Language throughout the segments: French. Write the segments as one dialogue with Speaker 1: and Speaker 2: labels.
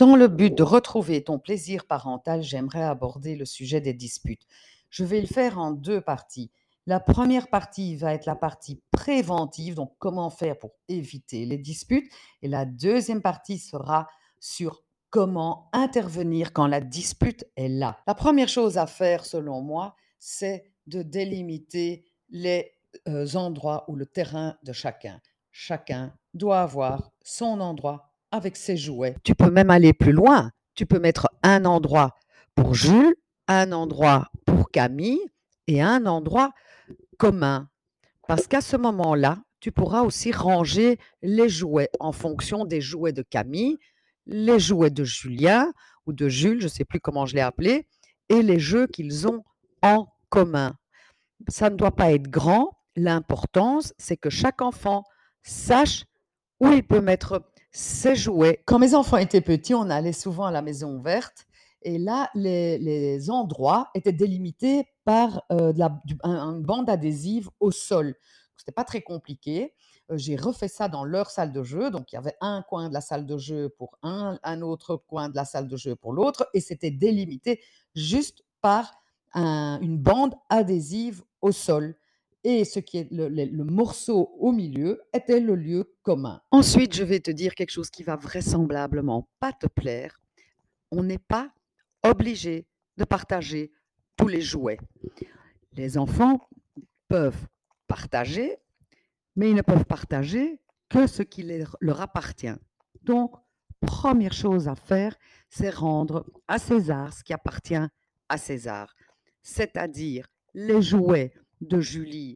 Speaker 1: Dans le but de retrouver ton plaisir parental, j'aimerais aborder le sujet des disputes. Je vais le faire en 2 parties. La première partie va être la partie préventive, donc comment faire pour éviter les disputes, et la deuxième partie sera sur comment intervenir quand la dispute est là. La première chose à faire selon moi, c'est de délimiter les, endroits ou le terrain de chacun. Chacun doit avoir son endroit avec ses jouets. Tu peux même aller plus loin. Tu peux mettre un endroit pour Jules, un endroit pour Camille et un endroit commun. Parce qu'à ce moment-là, tu pourras aussi ranger les jouets en fonction des jouets de Camille, les jouets de Julien ou de Jules, je ne sais plus comment je l'ai appelé, et les jeux qu'ils ont en commun. Ça ne doit pas être grand. L'importance, c'est que chaque enfant sache où il peut mettre ses jouets. Quand mes enfants étaient petits, on allait souvent à la maison verte et là, les endroits étaient délimités par une bande adhésive au sol. C'était pas très compliqué. J'ai refait ça dans leur salle de jeu. Donc, il y avait un coin de la salle de jeu pour un autre coin de la salle de jeu pour l'autre et c'était délimité juste par une bande adhésive au sol et ce qui est le morceau au milieu était le lieu commun. Ensuite, je vais te dire quelque chose qui va vraisemblablement pas te plaire. On n'est pas obligé de partager tous les jouets. Les enfants peuvent partager, mais ils ne peuvent partager que ce qui leur appartient. Donc, première chose à faire, c'est rendre à César ce qui appartient à César. C'est-à-dire les jouets de Julie,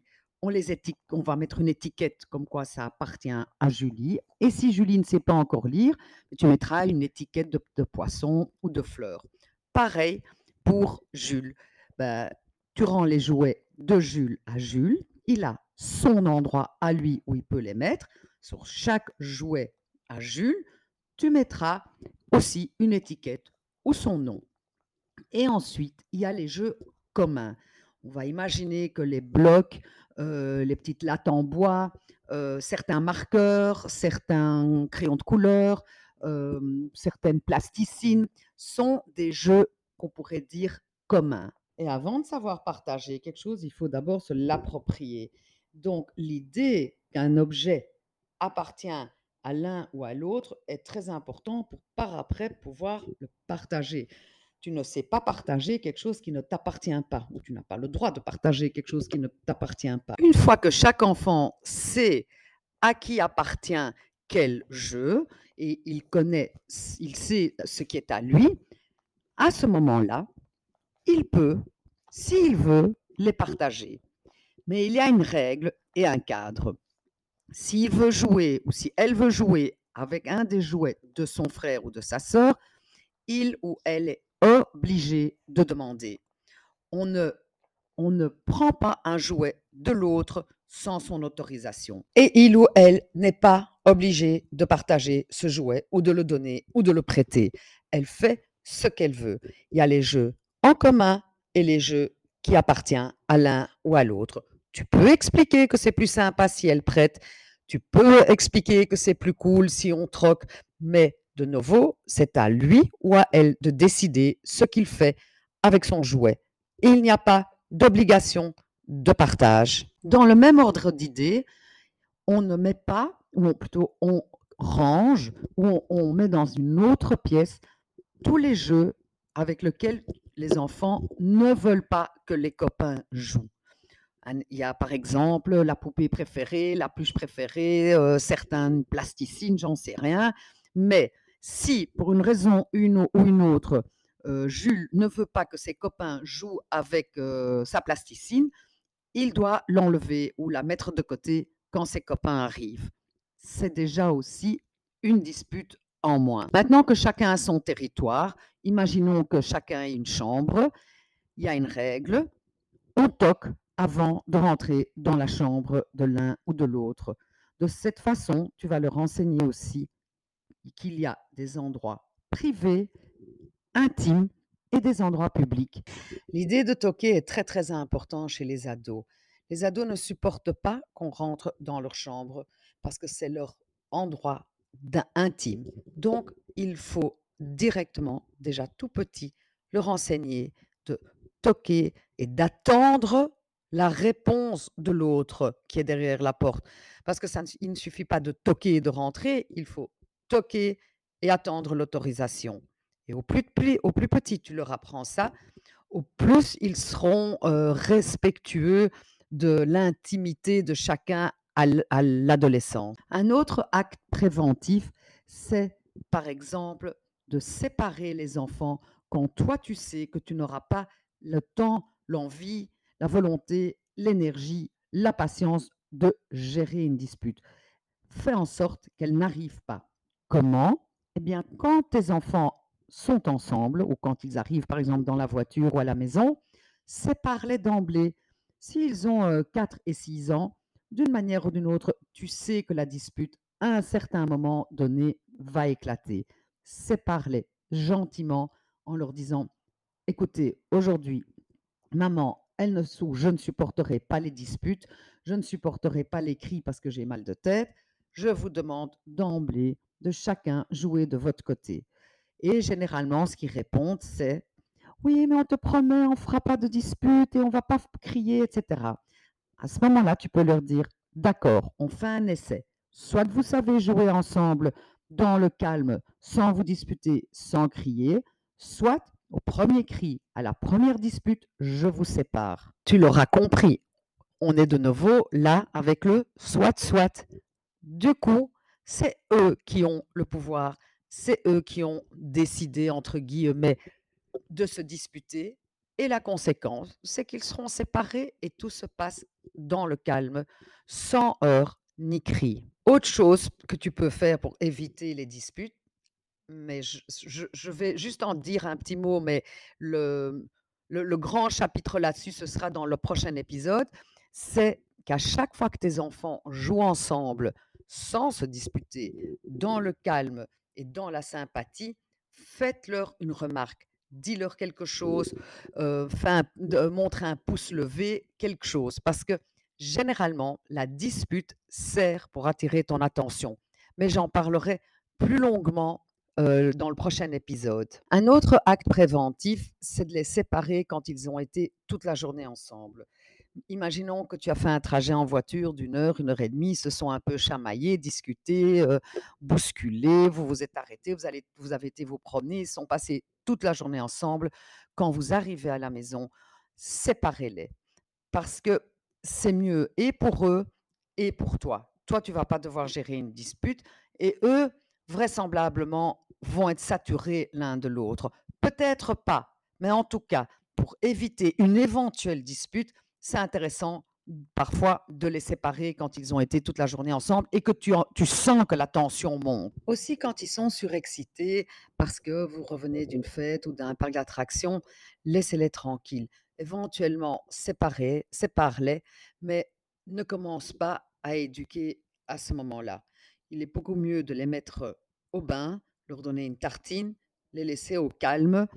Speaker 1: on va mettre une étiquette comme quoi ça appartient à Julie. Et si Julie ne sait pas encore lire, tu mettras une étiquette de poisson ou de fleurs. Pareil pour Jules. Ben, tu rends les jouets de Jules à Jules. Il a son endroit à lui où il peut les mettre. Sur chaque jouet à Jules, tu mettras aussi une étiquette ou son nom. Et ensuite, il y a les jeux communs. On va imaginer que les blocs, les petites lattes en bois, certains marqueurs, certains crayons de couleur, certaines plasticines sont des jeux qu'on pourrait dire communs. Et avant de savoir partager quelque chose, il faut d'abord se l'approprier. Donc, l'idée qu'un objet appartient à l'un ou à l'autre est très important pour par après pouvoir le partager. Tu ne sais pas partager quelque chose qui ne t'appartient pas, ou tu n'as pas le droit de partager quelque chose qui ne t'appartient pas. Une fois que chaque enfant sait à qui appartient quel jeu et il sait ce qui est à lui, à ce moment-là, il peut, s'il veut, les partager. Mais il y a une règle et un cadre. S'il veut jouer ou si elle veut jouer avec un des jouets de son frère ou de sa sœur, il ou elle est obligé de demander. On ne, on ne prend pas un jouet de l'autre sans son autorisation. Et il ou elle n'est pas obligé de partager ce jouet ou de le donner ou de le prêter. Elle fait ce qu'elle veut. Il y a les jeux en commun et les jeux qui appartiennent à l'un ou à l'autre. Tu peux expliquer que c'est plus sympa si elle prête. Tu peux expliquer que c'est plus cool si on troque. Mais de nouveau, c'est à lui ou à elle de décider ce qu'il fait avec son jouet. Et il n'y a pas d'obligation de partage. Dans le même ordre d'idées, on ne met pas, ou plutôt on range, ou on met dans une autre pièce tous les jeux avec lesquels les enfants ne veulent pas que les copains jouent. Il y a par exemple la poupée préférée, la pluche préférée, certaines plasticines, j'en sais rien. Mais si, pour une raison une ou une autre, Jules ne veut pas que ses copains jouent avec sa plasticine, il doit l'enlever ou la mettre de côté quand ses copains arrivent. C'est déjà aussi une dispute en moins. Maintenant que chacun a son territoire, imaginons que chacun ait une chambre, il y a une règle, on toque avant de rentrer dans la chambre de l'un ou de l'autre. De cette façon, tu vas leur enseigner aussi qu'il y a des endroits privés, intimes et des endroits publics. L'idée de toquer est très très important chez les ados. Les ados ne supportent pas qu'on rentre dans leur chambre parce que c'est leur endroit intime. Donc, il faut directement, déjà tout petit, le renseigner, de toquer et d'attendre la réponse de l'autre qui est derrière la porte. Parce que il ne suffit pas de toquer et de rentrer, il faut toquer et attendre l'autorisation. Et au plus petit tu leur apprends ça, au plus ils seront, respectueux de l'intimité de chacun à l'adolescence. Un autre acte préventif, c'est, par exemple, de séparer les enfants quand toi tu sais que tu n'auras pas le temps, l'envie, la volonté, l'énergie, la patience de gérer une dispute. Fais en sorte qu'elle n'arrive pas. Comment? Eh bien, quand tes enfants sont ensemble ou quand ils arrivent, par exemple, dans la voiture ou à la maison, sépare-les d'emblée. S'ils ont 4 et 6 ans, d'une manière ou d'une autre, tu sais que la dispute, à un certain moment donné, va éclater. Sépare-les gentiment en leur disant, écoutez, aujourd'hui, maman, elle ne sou je ne supporterai pas les disputes, je ne supporterai pas les cris parce que j'ai mal de tête. Je vous demande d'emblée de chacun jouer de votre côté. Et généralement, ce qu'ils répondent, c'est: «Oui, mais on te promet, on fera pas de dispute et on va pas crier» et cetera. À ce moment-là, tu peux leur dire: «D'accord, on fait un essai. Soit vous savez jouer ensemble dans le calme, sans vous disputer, sans crier, soit au premier cri, à la première dispute, je vous sépare». Tu l'auras compris, on est de nouveau là avec le soit soit. Du coup, c'est eux qui ont le pouvoir, c'est eux qui ont «décidé» entre guillemets de se disputer et la conséquence, c'est qu'ils seront séparés et tout se passe dans le calme, sans heurts ni cris. Autre chose que tu peux faire pour éviter les disputes, mais je vais juste en dire un petit mot, mais le le grand chapitre là-dessus, ce sera dans le prochain épisode, c'est qu'à chaque fois que tes enfants jouent ensemble, sans se disputer, dans le calme et dans la sympathie, faites-leur une remarque. Dis-leur quelque chose, fais montre un pouce levé, quelque chose. Parce que généralement, la dispute sert pour attirer ton attention. Mais j'en parlerai plus longuement dans le prochain épisode. Un autre acte préventif, c'est de les séparer quand ils ont été toute la journée ensemble. Imaginons que tu as fait un trajet en voiture d'une heure et demie, ils se sont un peu chamaillés, discutés, bousculés, vous vous êtes arrêtés, vous avez été vous promener, ils sont passés toute la journée ensemble. Quand vous arrivez à la maison, séparez-les parce que c'est mieux et pour eux et pour toi. Toi, tu vas pas devoir gérer une dispute et eux, vraisemblablement, vont être saturés l'un de l'autre. Peut-être pas, mais en tout cas, pour éviter une éventuelle dispute, c'est intéressant parfois de les séparer quand ils ont été toute la journée ensemble et que tu sens que la tension monte. Aussi quand ils sont surexcités parce que vous revenez d'une fête ou d'un parc d'attractions, laissez-les tranquilles. Éventuellement sépare-les, mais ne commence pas à éduquer à ce moment-là. Il est beaucoup mieux de les mettre au bain, leur donner une tartine, les laisser au calme,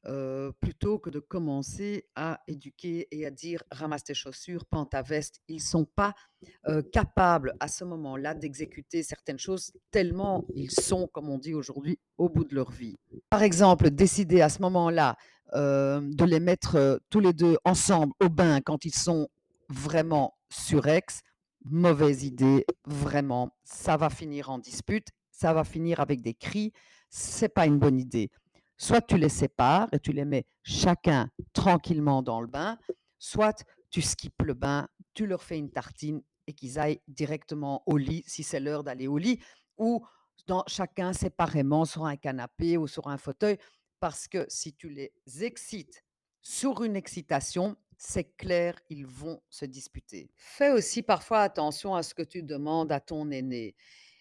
Speaker 1: plutôt que de commencer à éduquer et à dire: «Ramasse tes chaussures, pends ta veste». Ils sont pas, capables à ce moment-là d'exécuter certaines choses tellement ils sont, comme on dit aujourd'hui, au bout de leur vie. Par exemple, décider à ce moment-là, de les mettre, tous les 2 ensemble au bain quand ils sont vraiment surex, mauvaise idée, vraiment. Ça va finir en dispute, ça va finir avec des cris, c'est pas une bonne idée. Soit tu les sépares et tu les mets chacun tranquillement dans le bain, soit tu skippes le bain, tu leur fais une tartine et qu'ils aillent directement au lit si c'est l'heure d'aller au lit ou chacun séparément sur un canapé ou sur un fauteuil parce que si tu les excites sur une excitation, c'est clair, ils vont se disputer. Fais aussi parfois attention à ce que tu demandes à ton aîné.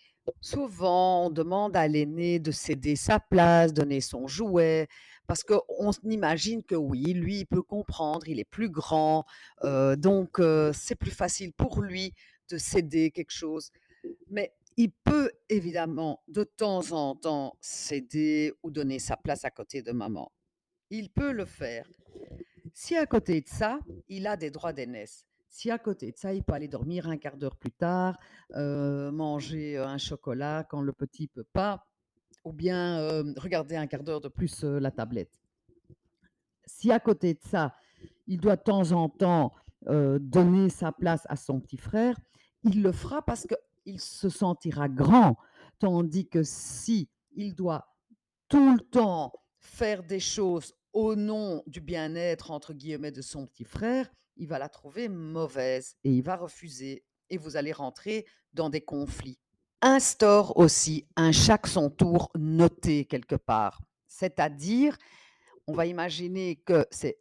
Speaker 1: Souvent, on demande à l'aîné de céder sa place, donner son jouet, parce qu'on imagine que oui, lui, il peut comprendre, il est plus grand, donc c'est plus facile pour lui de céder quelque chose. Mais il peut évidemment de temps en temps céder ou donner sa place à côté de maman. Il peut le faire. Si à côté de ça, il a des droits d'aînesse, si à côté de ça, il peut aller dormir un quart d'heure plus tard, manger un chocolat quand le petit peut pas, ou bien, regarder un quart d'heure de plus, la tablette. Si à côté de ça, il doit de temps en temps, donner sa place à son petit frère, il le fera parce qu'il se sentira grand. Tandis que si il doit tout le temps faire des choses au nom du «bien-être» entre guillemets de son petit frère, il va la trouver mauvaise et il va refuser et vous allez rentrer dans des conflits. Instaure aussi un chaque son tour noté quelque part. C'est-à-dire, on va imaginer que c'est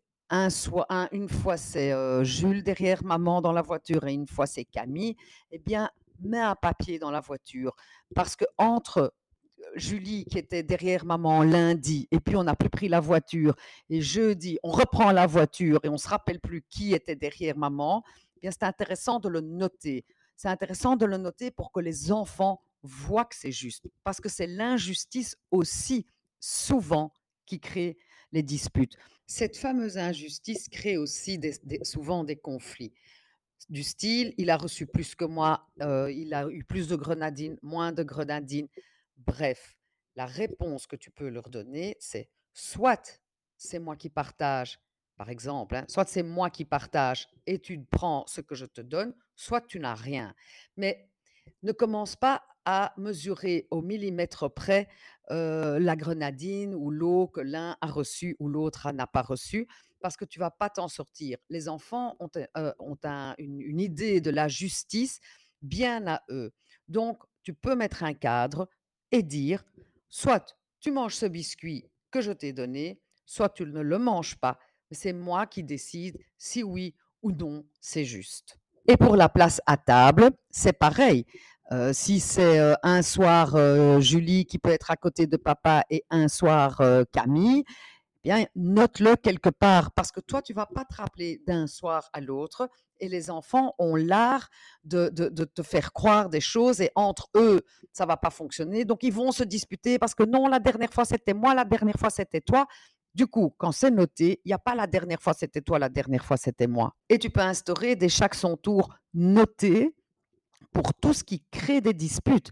Speaker 1: une fois c'est, Jules derrière maman dans la voiture et une fois c'est Camille, eh bien, mets un papier dans la voiture parce qu'entre Julie qui était derrière maman lundi et puis on n'a plus pris la voiture et jeudi, on reprend la voiture et on se rappelle plus qui était derrière maman, eh bien, c'est intéressant de le noter. C'est intéressant de le noter pour que les enfants voient que c'est juste parce que c'est l'injustice aussi souvent qui crée les disputes. Cette fameuse injustice crée aussi souvent des conflits. Du style, il a reçu plus que moi, il a eu plus de grenadines, moins de grenadines. Bref, la réponse que tu peux leur donner, c'est soit c'est moi qui partage, par exemple, hein, soit c'est moi qui partage et tu prends ce que je te donne, soit tu n'as rien. Mais ne commence pas à mesurer au millimètre près la grenadine ou l'eau que l'un a reçue ou l'autre n'a pas reçue, parce que tu vas pas t'en sortir. Les enfants ont une idée de la justice bien à eux. Donc, tu peux mettre un cadre et dire, soit tu manges ce biscuit que je t'ai donné, soit tu ne le manges pas. C'est moi qui décide si oui ou non c'est juste. Et pour la place à table, c'est pareil. Si c'est un soir Julie qui peut être à côté de papa et un soir Camille, bien, note-le quelque part parce que toi, tu vas pas te rappeler d'un soir à l'autre et les enfants ont l'art de te faire croire des choses et entre eux, ça va pas fonctionner. Donc, ils vont se disputer parce que non, la dernière fois, c'était moi, la dernière fois, c'était toi. Du coup, quand c'est noté, il n'y a pas la dernière fois, c'était toi, la dernière fois, c'était moi. Et tu peux instaurer des chaque son tour notés pour tout ce qui crée des disputes.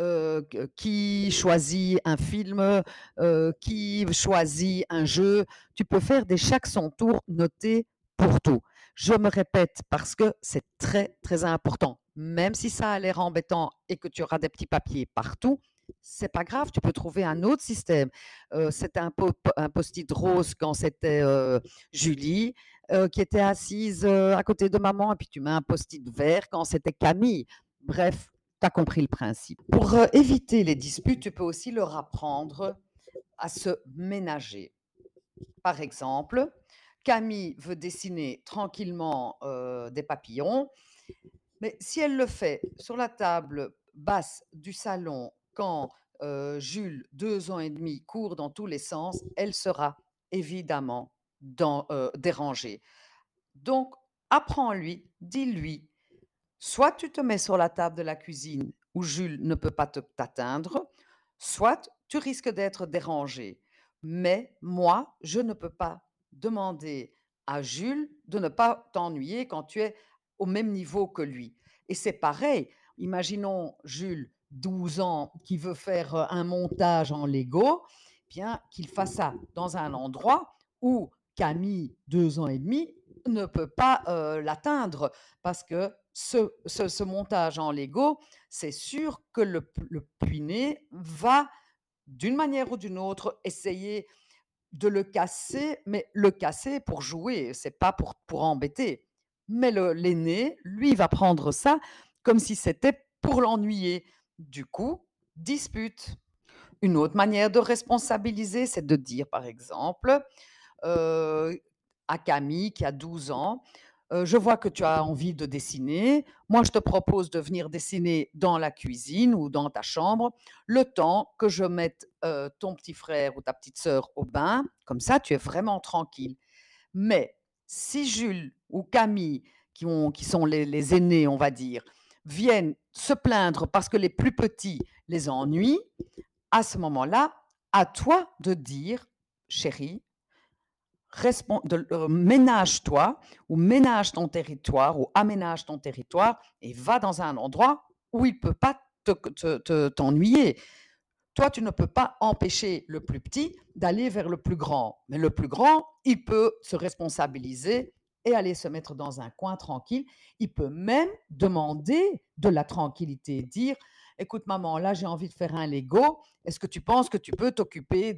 Speaker 1: Qui choisit un film, qui choisit un jeu. Tu peux faire des chaque son tour notés pour tout. Je me répète parce que c'est très, très important. Même si ça a l'air embêtant et que tu auras des petits papiers partout, c'est pas grave, tu peux trouver un autre système. C'était un post-it rose quand c'était Julie qui était assise à côté de maman, et puis tu mets un post-it vert quand c'était Camille. Bref, tu as compris le principe. Pour éviter les disputes, tu peux aussi leur apprendre à se ménager. Par exemple, Camille veut dessiner tranquillement des papillons, mais si elle le fait sur la table basse du salon quand Jules, 2 ans et demi, court dans tous les sens, elle sera évidemment dérangée. Donc, apprends-lui, dis-lui, soit tu te mets sur la table de la cuisine où Jules ne peut pas t'atteindre, soit tu risques d'être dérangé. Mais moi, je ne peux pas demander à Jules de ne pas t'ennuyer quand tu es au même niveau que lui. Et c'est pareil. Imaginons Jules, 12 ans, qui veut faire un montage en Lego, bien qu'il fasse ça dans un endroit où Camille, 2 ans et demi, ne peut pas l'atteindre parce que ce montage en Lego, c'est sûr que le puiné va, d'une manière ou d'une autre, essayer de le casser, mais le casser pour jouer, c'est pas pour embêter. Mais l'aîné, lui, va prendre ça comme si c'était pour l'ennuyer. Du coup, dispute. Une autre manière de responsabiliser, c'est de dire, par exemple, heu, à Camille qui a 12 ans: «Je vois que tu as envie de dessiner. Moi, je te propose de venir dessiner dans la cuisine ou dans ta chambre, le temps que je mette, ton petit frère ou ta petite sœur au bain. Comme ça, tu es vraiment tranquille». Mais si Jules ou Camille, qui sont les aînés, on va dire, viennent se plaindre parce que les plus petits les ennuient, à ce moment-là, à toi de dire: «Chérie, ménage-toi ou ménage ton territoire ou aménage ton territoire et va dans un endroit où il ne peut pas t'ennuyer. Toi, tu ne peux pas empêcher le plus petit d'aller vers le plus grand. Mais le plus grand, il peut se responsabiliser et aller se mettre dans un coin tranquille. Il peut même demander de la tranquillité, dire: «Écoute maman, là j'ai envie de faire un Lego. Est-ce que tu penses que tu peux t'occuper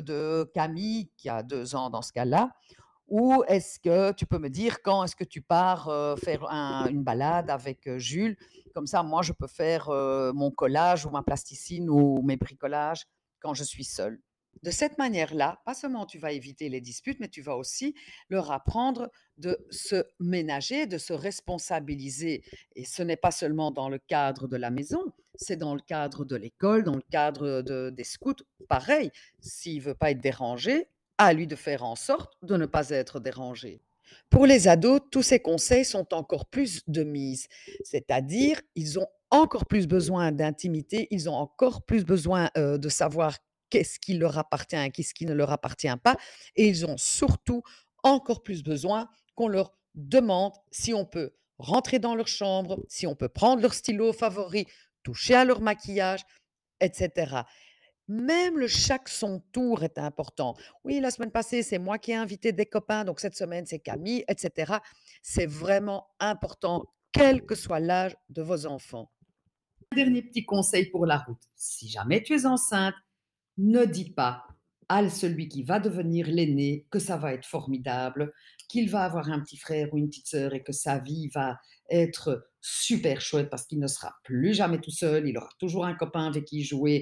Speaker 1: de Camille?» qui a 2 ans dans ce cas-là. Ou est-ce que tu peux me dire quand est-ce que tu pars, faire une balade avec, Jules? Comme ça, moi, je peux faire, mon collage ou ma plasticine ou mes bricolages quand je suis seule. De cette manière-là, pas seulement tu vas éviter les disputes, mais tu vas aussi leur apprendre de se ménager, de se responsabiliser. Et ce n'est pas seulement dans le cadre de la maison, c'est dans le cadre de l'école, dans le cadre des scouts. Pareil, s'il veut pas être dérangé, à lui de faire en sorte de ne pas être dérangé. Pour les ados, tous ces conseils sont encore plus de mise, c'est-à-dire ils ont encore plus besoin d'intimité, ils ont encore plus besoin de savoir qu'est-ce qui leur appartient et qu'est-ce qui ne leur appartient pas, et ils ont surtout encore plus besoin qu'on leur demande si on peut rentrer dans leur chambre, si on peut prendre leur stylo favori, toucher à leur maquillage, etc. Même le chaque son tour est important. Oui, la semaine passée, c'est moi qui ai invité des copains, donc cette semaine, c'est Camille, et cetera. C'est vraiment important, quel que soit l'âge de vos enfants. Un dernier petit conseil pour la route. Si jamais tu es enceinte, ne dis pas à celui qui va devenir l'aîné que ça va être formidable, qu'il va avoir un petit frère ou une petite sœur et que sa vie va être super chouette parce qu'il ne sera plus jamais tout seul, il aura toujours un copain avec qui jouer,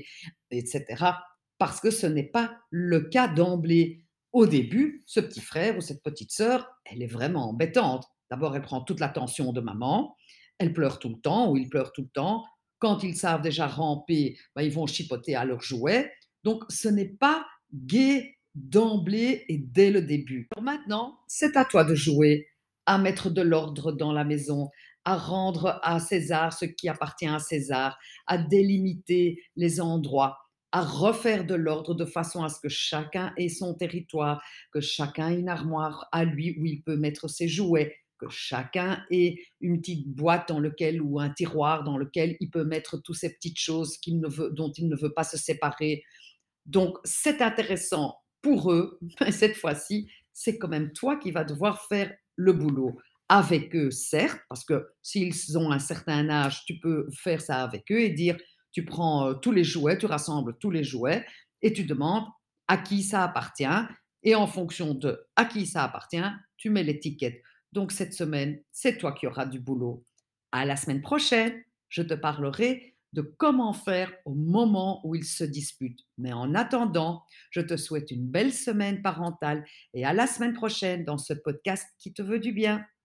Speaker 1: etc. Parce que ce n'est pas le cas d'emblée. Au début, ce petit frère ou cette petite sœur, elle est vraiment embêtante. D'abord, elle prend toute l'attention de maman, elle pleure tout le temps ou il pleure tout le temps. Quand ils savent déjà ramper, ben, ils vont chipoter à leurs jouets. Donc, ce n'est pas gai d'emblée et dès le début. Alors maintenant, c'est à toi de jouer, à mettre de l'ordre dans la maison, à rendre à César ce qui appartient à César, à délimiter les endroits, à refaire de l'ordre de façon à ce que chacun ait son territoire, que chacun ait une armoire à lui où il peut mettre ses jouets, que chacun ait une petite boîte dans lequel ou un tiroir dans lequel il peut mettre toutes ces petites choses dont il ne veut pas se séparer. Donc, c'est intéressant pour eux, mais cette fois-ci, c'est quand même toi qui vas devoir faire le boulot. Avec eux, certes, parce que s'ils ont un certain âge, tu peux faire ça avec eux et dire, tu prends tous les jouets, tu rassembles tous les jouets et tu demandes à qui ça appartient. Et en fonction de à qui ça appartient, tu mets l'étiquette. Donc, cette semaine, c'est toi qui auras du boulot. À la semaine prochaine, je te parlerai de comment faire au moment où ils se disputent. Mais en attendant, je te souhaite une belle semaine parentale et à la semaine prochaine dans ce podcast qui te veut du bien.